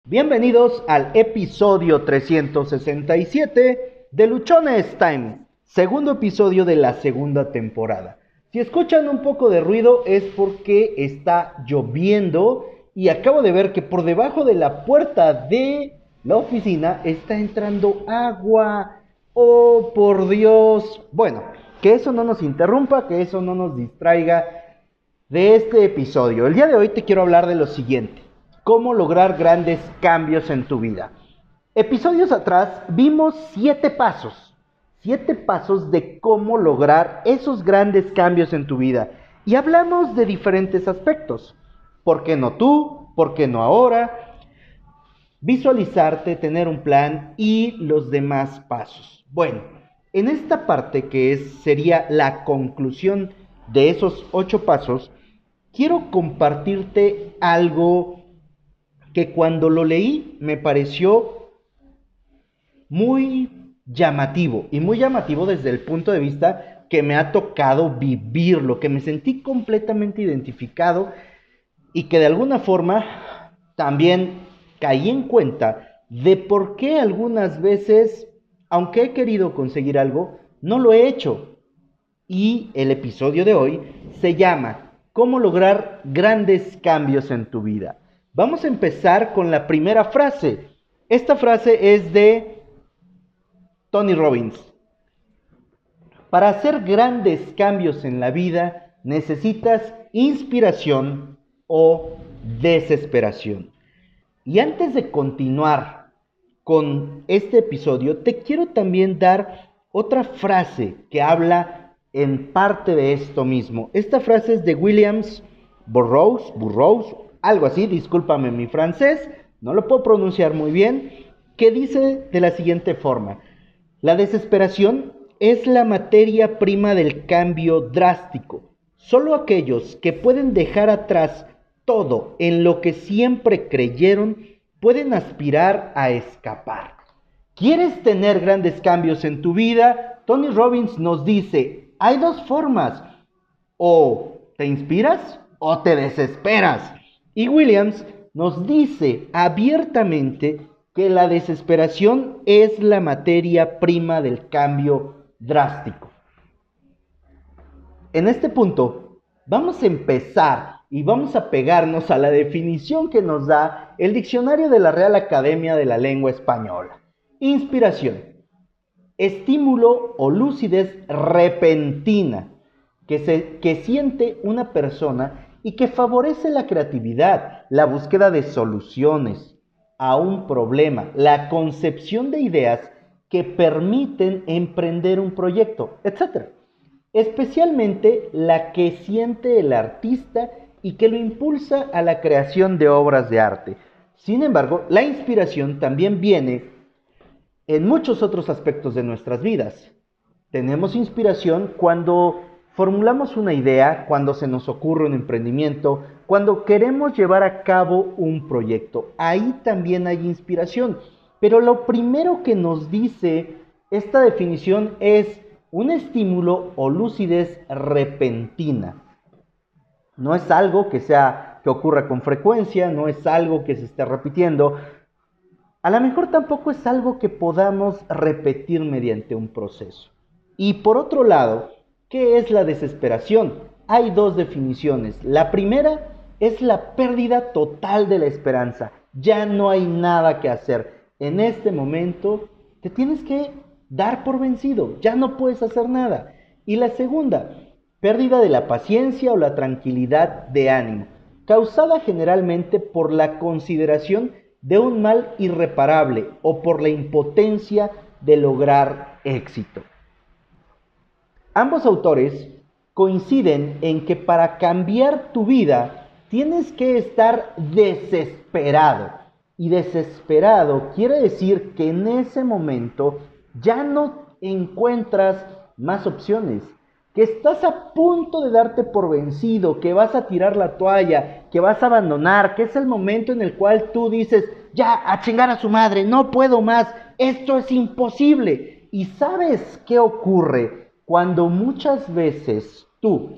Bienvenidos al episodio 367 de Luchones Time, segundo episodio de la segunda temporada. Si escuchan un poco de ruido es porque está lloviendo y acabo de ver que por debajo de la puerta de la oficina está entrando agua. ¡Oh, por Dios! Bueno, que eso no nos interrumpa, que eso no nos distraiga de este episodio. El día de hoy te quiero hablar de lo siguiente: cómo lograr grandes cambios en tu vida. Episodios atrás vimos 7 pasos de cómo lograr esos grandes cambios en tu vida. Y hablamos de diferentes aspectos. ¿Por qué no tú? ¿Por qué no ahora? Visualizarte, tener un plan y los demás pasos. Bueno, en esta parte sería la conclusión de esos 8 pasos, quiero compartirte algo que cuando lo leí me pareció muy llamativo, y muy llamativo desde el punto de vista que me ha tocado vivirlo, que me sentí completamente identificado y que de alguna forma también caí en cuenta de por qué algunas veces, aunque he querido conseguir algo, no lo he hecho. Y el episodio de hoy se llama ¿Cómo lograr grandes cambios en tu vida? Vamos a empezar con la primera frase. Esta frase es de Tony Robbins. Para hacer grandes cambios en la vida necesitas inspiración o desesperación. Y antes de continuar con este episodio, te quiero también dar otra frase que habla en parte de esto mismo. Esta frase es de Williams Burroughs, algo así, discúlpame mi francés, no lo puedo pronunciar muy bien, que dice de la siguiente forma: la desesperación es la materia prima del cambio drástico. Solo aquellos que pueden dejar atrás todo en lo que siempre creyeron pueden aspirar a escapar. ¿Quieres tener grandes cambios en tu vida? Tony Robbins nos dice, hay dos formas: o te inspiras o te desesperas. Y Williams nos dice abiertamente que la desesperación es la materia prima del cambio drástico. En este punto vamos a empezar y vamos a pegarnos a la definición que nos da el diccionario de la Real Academia de la Lengua Española. Inspiración: estímulo o lucidez repentina que siente una persona y que favorece la creatividad, la búsqueda de soluciones a un problema, la concepción de ideas que permiten emprender un proyecto, etc. Especialmente la que siente el artista y que lo impulsa a la creación de obras de arte. Sin embargo, la inspiración también viene en muchos otros aspectos de nuestras vidas. Tenemos inspiración cuando formulamos una idea, cuando se nos ocurre un emprendimiento, cuando queremos llevar a cabo un proyecto. Ahí también hay inspiración. Pero lo primero que nos dice esta definición es un estímulo o lucidez repentina. No es algo que ocurra con frecuencia, no es algo que se esté repitiendo. A lo mejor tampoco es algo que podamos repetir mediante un proceso. Y por otro lado, ¿qué es la desesperación? Hay dos definiciones. La primera es la pérdida total de la esperanza. Ya no hay nada que hacer. En este momento te tienes que dar por vencido. Ya no puedes hacer nada. Y la segunda, pérdida de la paciencia o la tranquilidad de ánimo, causada generalmente por la consideración de un mal irreparable o por la impotencia de lograr éxito. Ambos autores coinciden en que para cambiar tu vida tienes que estar desesperado. Y desesperado quiere decir que en ese momento ya no encuentras más opciones, que estás a punto de darte por vencido, que vas a tirar la toalla, que vas a abandonar, que es el momento en el cual tú dices, ya, a chingar a su madre, no puedo más, esto es imposible. ¿Y sabes qué ocurre cuando muchas veces tú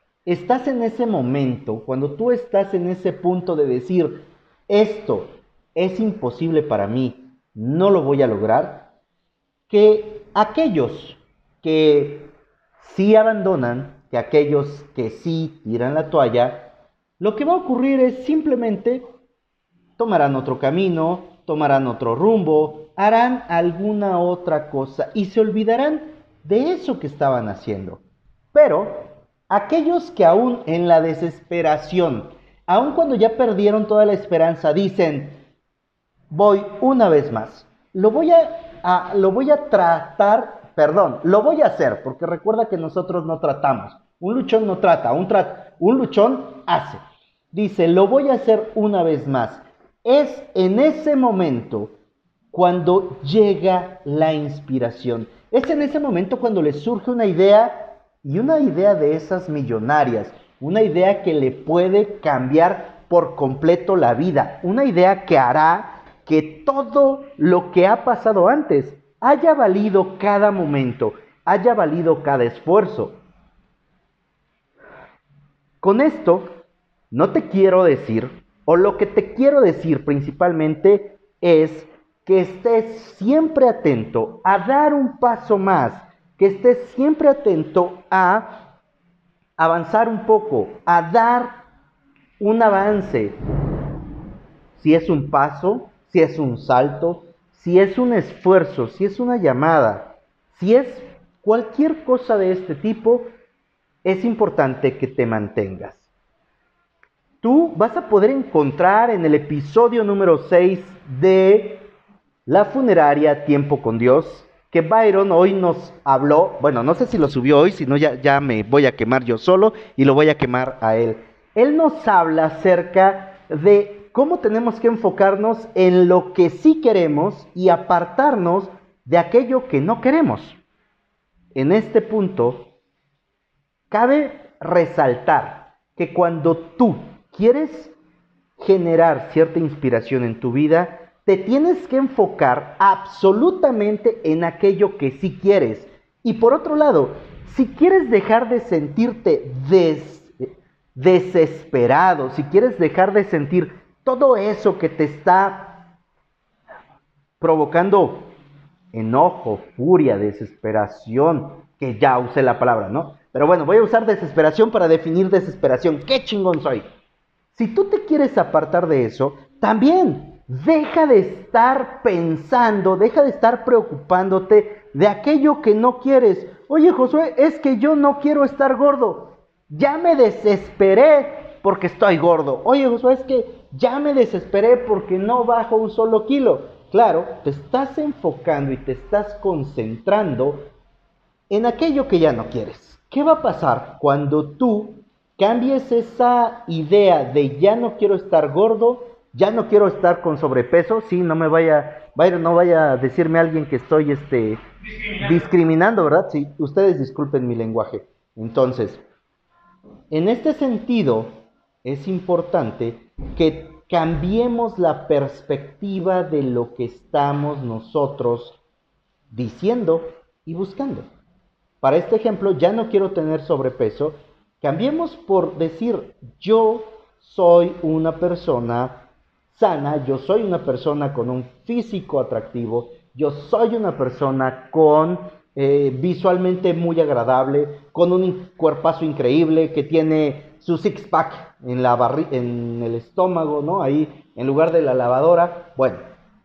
estás en ese momento, cuando tú estás en ese punto de decir, esto es imposible para mí, no lo voy a lograr, que aquellos que sí abandonan, que aquellos que sí tiran la toalla, lo que va a ocurrir es simplemente tomarán otro camino, tomarán otro rumbo, harán alguna otra cosa y se olvidarán de eso que estaban haciendo. Pero aquellos que aún en la desesperación, aun cuando ya perdieron toda la esperanza, dicen, voy una vez más, lo voy a tratar, perdón, lo voy a hacer, porque recuerda que nosotros no tratamos, un luchón no trata, un luchón hace. Dice, lo voy a hacer una vez más. Es en ese momento cuando llega la inspiración. Es en ese momento cuando le surge una idea, y una idea de esas millonarias, una idea que le puede cambiar por completo la vida, una idea que hará que todo lo que ha pasado antes haya valido cada momento, haya valido cada esfuerzo. Con esto, no te quiero decir, o lo que te quiero decir principalmente es que estés siempre atento a dar un paso más, que estés siempre atento a avanzar un poco, a dar un avance. Si es un paso, si es un salto, si es un esfuerzo, si es una llamada, si es cualquier cosa de este tipo, es importante que te mantengas. Tú vas a poder encontrar en el episodio número 6 de La funeraria Tiempo con Dios, que Byron hoy nos habló, bueno, no sé si lo subió hoy, si no ya me voy a quemar yo solo y lo voy a quemar a él. Él nos habla acerca de cómo tenemos que enfocarnos en lo que sí queremos y apartarnos de aquello que no queremos. En este punto, cabe resaltar que cuando tú quieres generar cierta inspiración en tu vida, te tienes que enfocar absolutamente en aquello que sí quieres. Y por otro lado, si quieres dejar de sentirte desesperado, si quieres dejar de sentir todo eso que te está provocando enojo, furia, desesperación, que ya usé la palabra, ¿no? Pero bueno, voy a usar desesperación para definir desesperación. ¡Qué chingón soy! Si tú te quieres apartar de eso, también deja de estar pensando, deja de estar preocupándote de aquello que no quieres. Oye, Josué, es que yo no quiero estar gordo. Ya me desesperé porque estoy gordo. Oye, Josué, es que ya me desesperé porque no bajo un solo kilo. Claro, te estás enfocando y te estás concentrando en aquello que ya no quieres. ¿Qué va a pasar cuando tú cambies esa idea de ya no quiero estar gordo, ya no quiero estar con sobrepeso? Sí, no vaya a decirme alguien que estoy discriminando, ¿verdad? Sí, ustedes disculpen mi lenguaje. Entonces, en este sentido, es importante que cambiemos la perspectiva de lo que estamos nosotros diciendo y buscando. Para este ejemplo, ya no quiero tener sobrepeso. Cambiemos por decir, yo soy una persona sana, yo soy una persona con un físico atractivo, yo soy una persona con visualmente muy agradable, con un cuerpazo increíble, que tiene su six-pack en el estómago, ¿no? Ahí, en lugar de la lavadora. Bueno,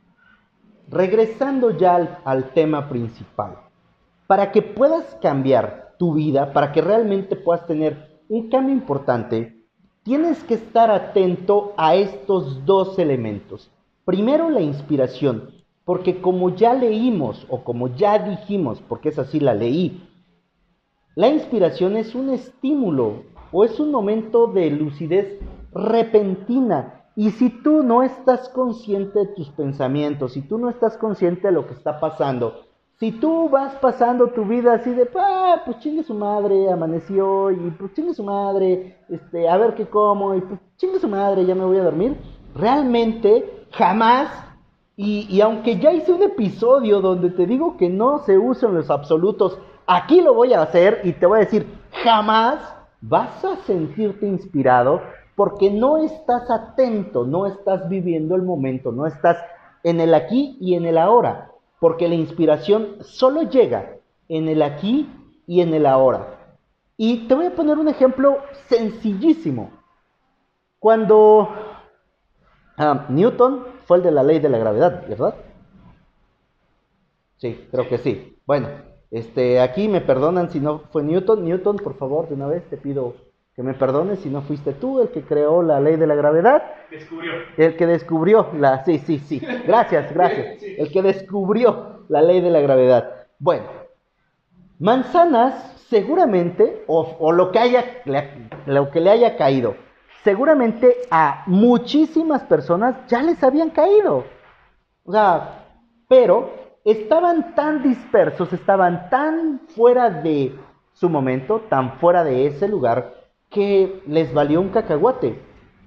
regresando ya al tema principal. Para que puedas cambiar tu vida, para que realmente puedas tener un cambio importante, tienes que estar atento a estos dos elementos. Primero, la inspiración, porque como ya leímos o como ya dijimos, porque es así, la leí, la inspiración es un estímulo o es un momento de lucidez repentina. Y si tú no estás consciente de tus pensamientos, si tú no estás consciente de lo que está pasando, si tú vas pasando tu vida así de, pues chingue su madre, amaneció, y pues chingue su madre, a ver qué como, y pues chingue su madre, ya me voy a dormir, realmente jamás, y aunque ya hice un episodio donde te digo que no se usan los absolutos, aquí lo voy a hacer y te voy a decir, jamás vas a sentirte inspirado porque no estás atento, no estás viviendo el momento, no estás en el aquí y en el ahora, porque la inspiración solo llega en el aquí y en el ahora. Y te voy a poner un ejemplo sencillísimo. Cuando Newton fue el de la ley de la gravedad, ¿verdad? Sí, creo que sí. Bueno, aquí me perdonan si no fue Newton. Newton, por favor, de una vez te pido que me perdones si no fuiste tú el que creó la ley de la gravedad. Descubrió. El que descubrió la... Sí, sí, sí. Gracias, gracias. Sí. El que descubrió la ley de la gravedad. Bueno, manzanas seguramente, o lo que le haya caído, seguramente a muchísimas personas ya les habían caído. O sea, pero estaban tan dispersos, estaban tan fuera de su momento, tan fuera de ese lugar, que les valió un cacahuate.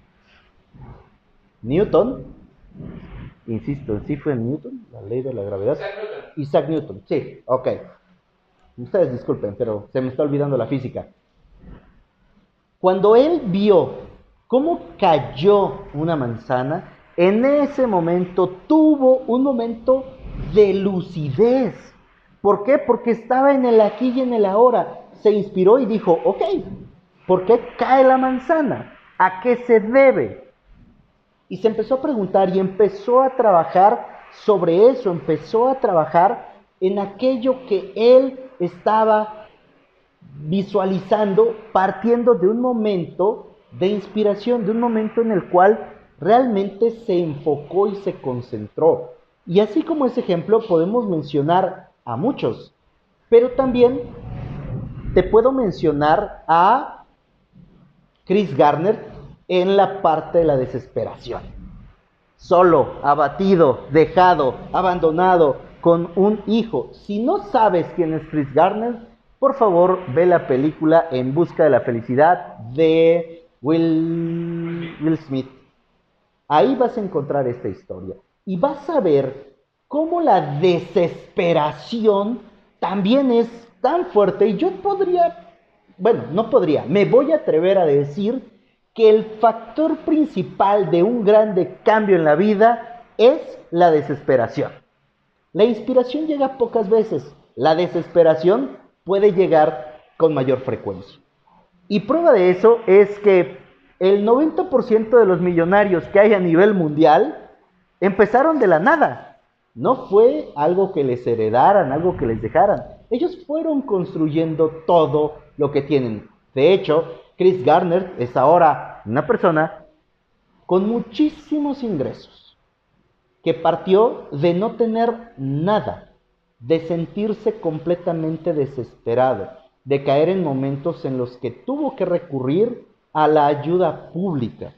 Newton, insisto, ¿sí fue Newton? La ley de la gravedad. Isaac Newton, sí, ok. Ustedes disculpen, pero se me está olvidando la física. Cuando él vio cómo cayó una manzana, en ese momento tuvo un momento de lucidez. ¿Por qué? Porque estaba en el aquí y en el ahora. Se inspiró y dijo, ok, ¿por qué cae la manzana? ¿A qué se debe? Y se empezó a preguntar y empezó a trabajar sobre eso, empezó a trabajar en aquello que él estaba visualizando, partiendo de un momento de inspiración, de un momento en el cual realmente se enfocó y se concentró. Y así como ese ejemplo podemos mencionar a muchos, pero también te puedo mencionar a Chris Gardner en la parte de la desesperación. Solo, abatido, dejado, abandonado, con un hijo. Si no sabes quién es Chris Gardner, por favor ve la película En busca de la felicidad de Will Smith. Ahí vas a encontrar esta historia y vas a ver cómo la desesperación también es tan fuerte. Y yo me voy a atrever a decir que el factor principal de un grande cambio en la vida es la desesperación. La inspiración llega pocas veces, la desesperación puede llegar con mayor frecuencia. Y prueba de eso es que el 90% de los millonarios que hay a nivel mundial empezaron de la nada. No fue algo que les heredaran, algo que les dejaran. Ellos fueron construyendo todo lo que tienen. De hecho, Chris Gardner es ahora una persona con muchísimos ingresos, que partió de no tener nada, de sentirse completamente desesperado, de caer en momentos en los que tuvo que recurrir a la ayuda pública.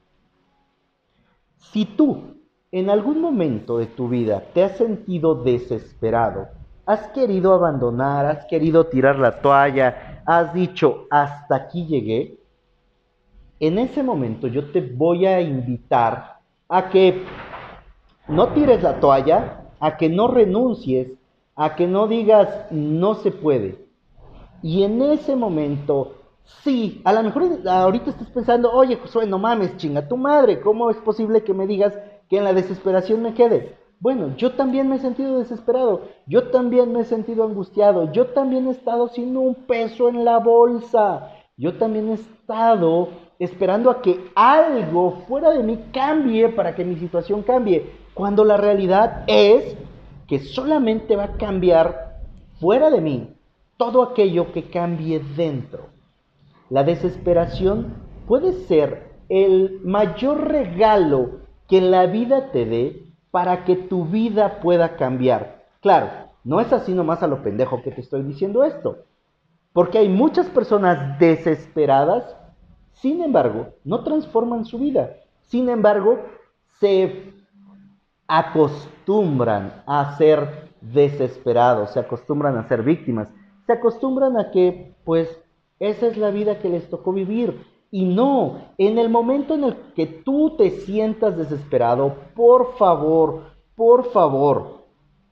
Si tú en algún momento de tu vida te has sentido desesperado, has querido abandonar, has querido tirar la toalla, has dicho hasta aquí llegué, en ese momento yo te voy a invitar a que no tires la toalla, a que no renuncies, a que no digas no se puede. Y en ese momento, sí, a lo mejor ahorita estás pensando, oye Josué, no mames, chinga tu madre, ¿cómo es posible que me digas que en la desesperación me quede? Bueno, yo también me he sentido desesperado, yo también me he sentido angustiado, yo también he estado sin un peso en la bolsa, yo también he estado esperando a que algo fuera de mí cambie para que mi situación cambie, cuando la realidad es que solamente va a cambiar fuera de mí todo aquello que cambie dentro. La desesperación puede ser el mayor regalo que la vida te dé para que tu vida pueda cambiar. Claro, no es así nomás a lo pendejo que te estoy diciendo esto, porque hay muchas personas desesperadas, sin embargo, no transforman su vida. Sin embargo, se acostumbran a ser desesperados, se acostumbran a ser víctimas, se acostumbran a que, pues, esa es la vida que les tocó vivir. Y no, en el momento en el que tú te sientas desesperado, por favor,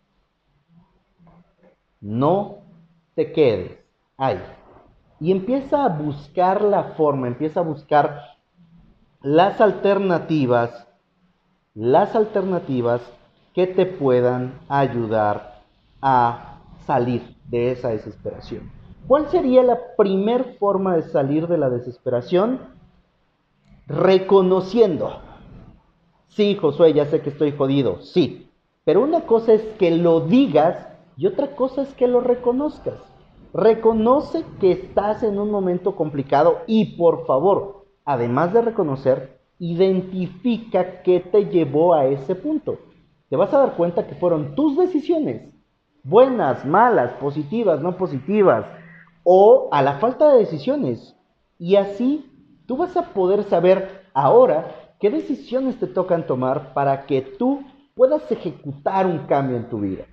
no te quedes ahí. Y empieza a buscar la forma, empieza a buscar las alternativas, las alternativas que te puedan ayudar a salir de esa desesperación. ¿Cuál sería la primer forma de salir de la desesperación? Reconociendo. Sí, Josué, ya sé que estoy jodido, sí. Pero una cosa es que lo digas y otra cosa es que lo reconozcas. Reconoce que estás en un momento complicado y por favor, además de reconocer, identifica qué te llevó a ese punto. Te vas a dar cuenta que fueron tus decisiones, buenas, malas, positivas, no positivas, o a la falta de decisiones. Y así tú vas a poder saber ahora qué decisiones te tocan tomar para que tú puedas ejecutar un cambio en tu vida.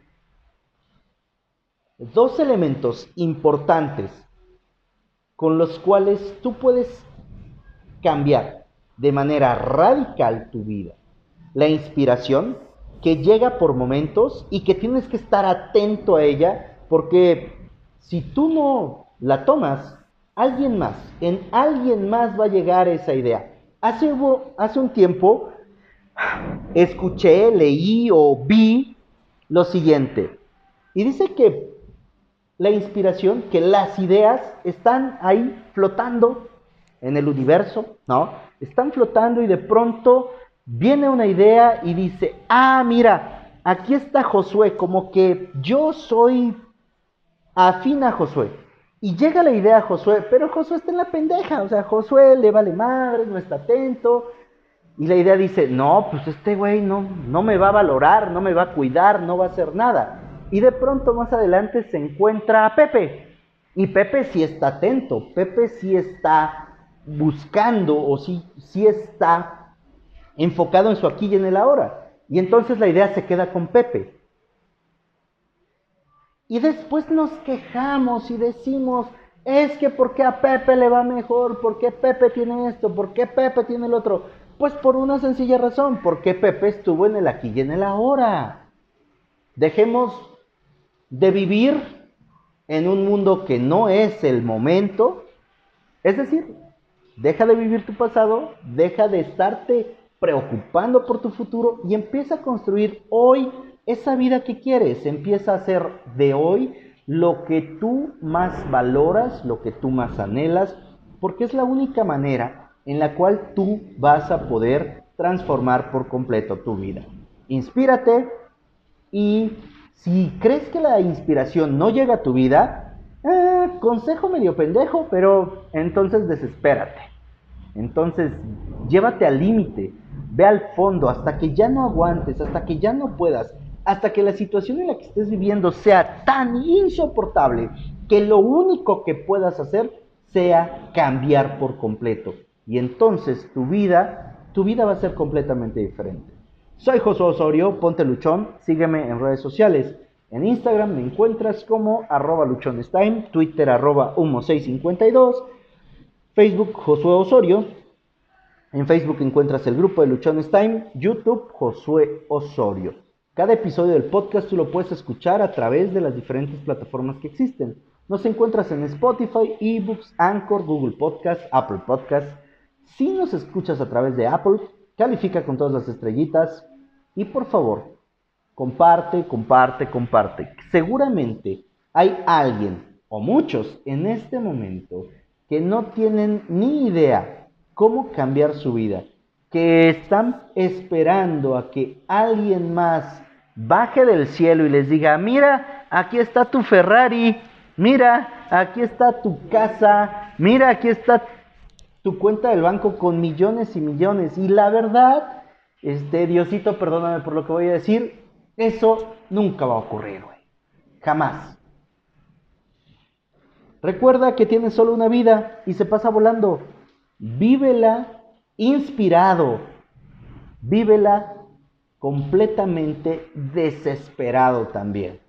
Dos elementos importantes con los cuales tú puedes cambiar de manera radical tu vida. La inspiración, que llega por momentos y que tienes que estar atento a ella, porque si tú no la tomas, en alguien más va a llegar esa idea. Hace un tiempo escuché, leí o vi lo siguiente, y dice que la inspiración, que las ideas están ahí flotando en el universo, ¿no? Están flotando y de pronto viene una idea y dice, ah, mira, aquí está Josué, como que yo soy afín a Josué. Y llega la idea a Josué, pero Josué está en la pendeja, o sea, Josué le vale madre, no está atento. Y la idea dice, no, pues este güey no me va a valorar, no me va a cuidar, no va a hacer nada. Y de pronto más adelante se encuentra a Pepe. Y Pepe sí está atento, Pepe sí está buscando o sí está enfocado en su aquí y en el ahora. Y entonces la idea se queda con Pepe. Y después nos quejamos y decimos, es que ¿por qué a Pepe le va mejor? ¿Por qué Pepe tiene esto? ¿Por qué Pepe tiene el otro? Pues por una sencilla razón, porque Pepe estuvo en el aquí y en el ahora. Dejemos de vivir en un mundo que no es el momento. Es decir, deja de vivir tu pasado, deja de estarte preocupando por tu futuro y empieza a construir hoy esa vida que quieres. Empieza a hacer de hoy lo que tú más valoras, lo que tú más anhelas, porque es la única manera en la cual tú vas a poder transformar por completo tu vida. Inspírate y si crees que la inspiración no llega a tu vida, consejo medio pendejo, pero entonces desespérate. Entonces, llévate al límite, ve al fondo hasta que ya no aguantes, hasta que ya no puedas, hasta que la situación en la que estés viviendo sea tan insoportable que lo único que puedas hacer sea cambiar por completo. Y entonces tu vida va a ser completamente diferente. Soy Josué Osorio, ponte luchón, sígueme en redes sociales. En Instagram me encuentras como @luchonestime, Twitter @humo652, Facebook Josué Osorio. En Facebook encuentras el grupo de Luchones Time, YouTube Josué Osorio. Cada episodio del podcast tú lo puedes escuchar a través de las diferentes plataformas que existen. Nos encuentras en Spotify, eBooks, Anchor, Google Podcast, Apple Podcast. Si nos escuchas a través de Apple, califica con todas las estrellitas y por favor, comparte. Seguramente hay alguien o muchos en este momento que no tienen ni idea cómo cambiar su vida, que están esperando a que alguien más baje del cielo y les diga, mira, aquí está tu Ferrari, mira, aquí está tu casa, mira, aquí está tu cuenta del banco con millones y millones. Y la verdad, Diosito, perdóname por lo que voy a decir, eso nunca va a ocurrir, güey. Jamás. Recuerda que tienes solo una vida y se pasa volando. Vívela inspirado. Vívela completamente desesperado también.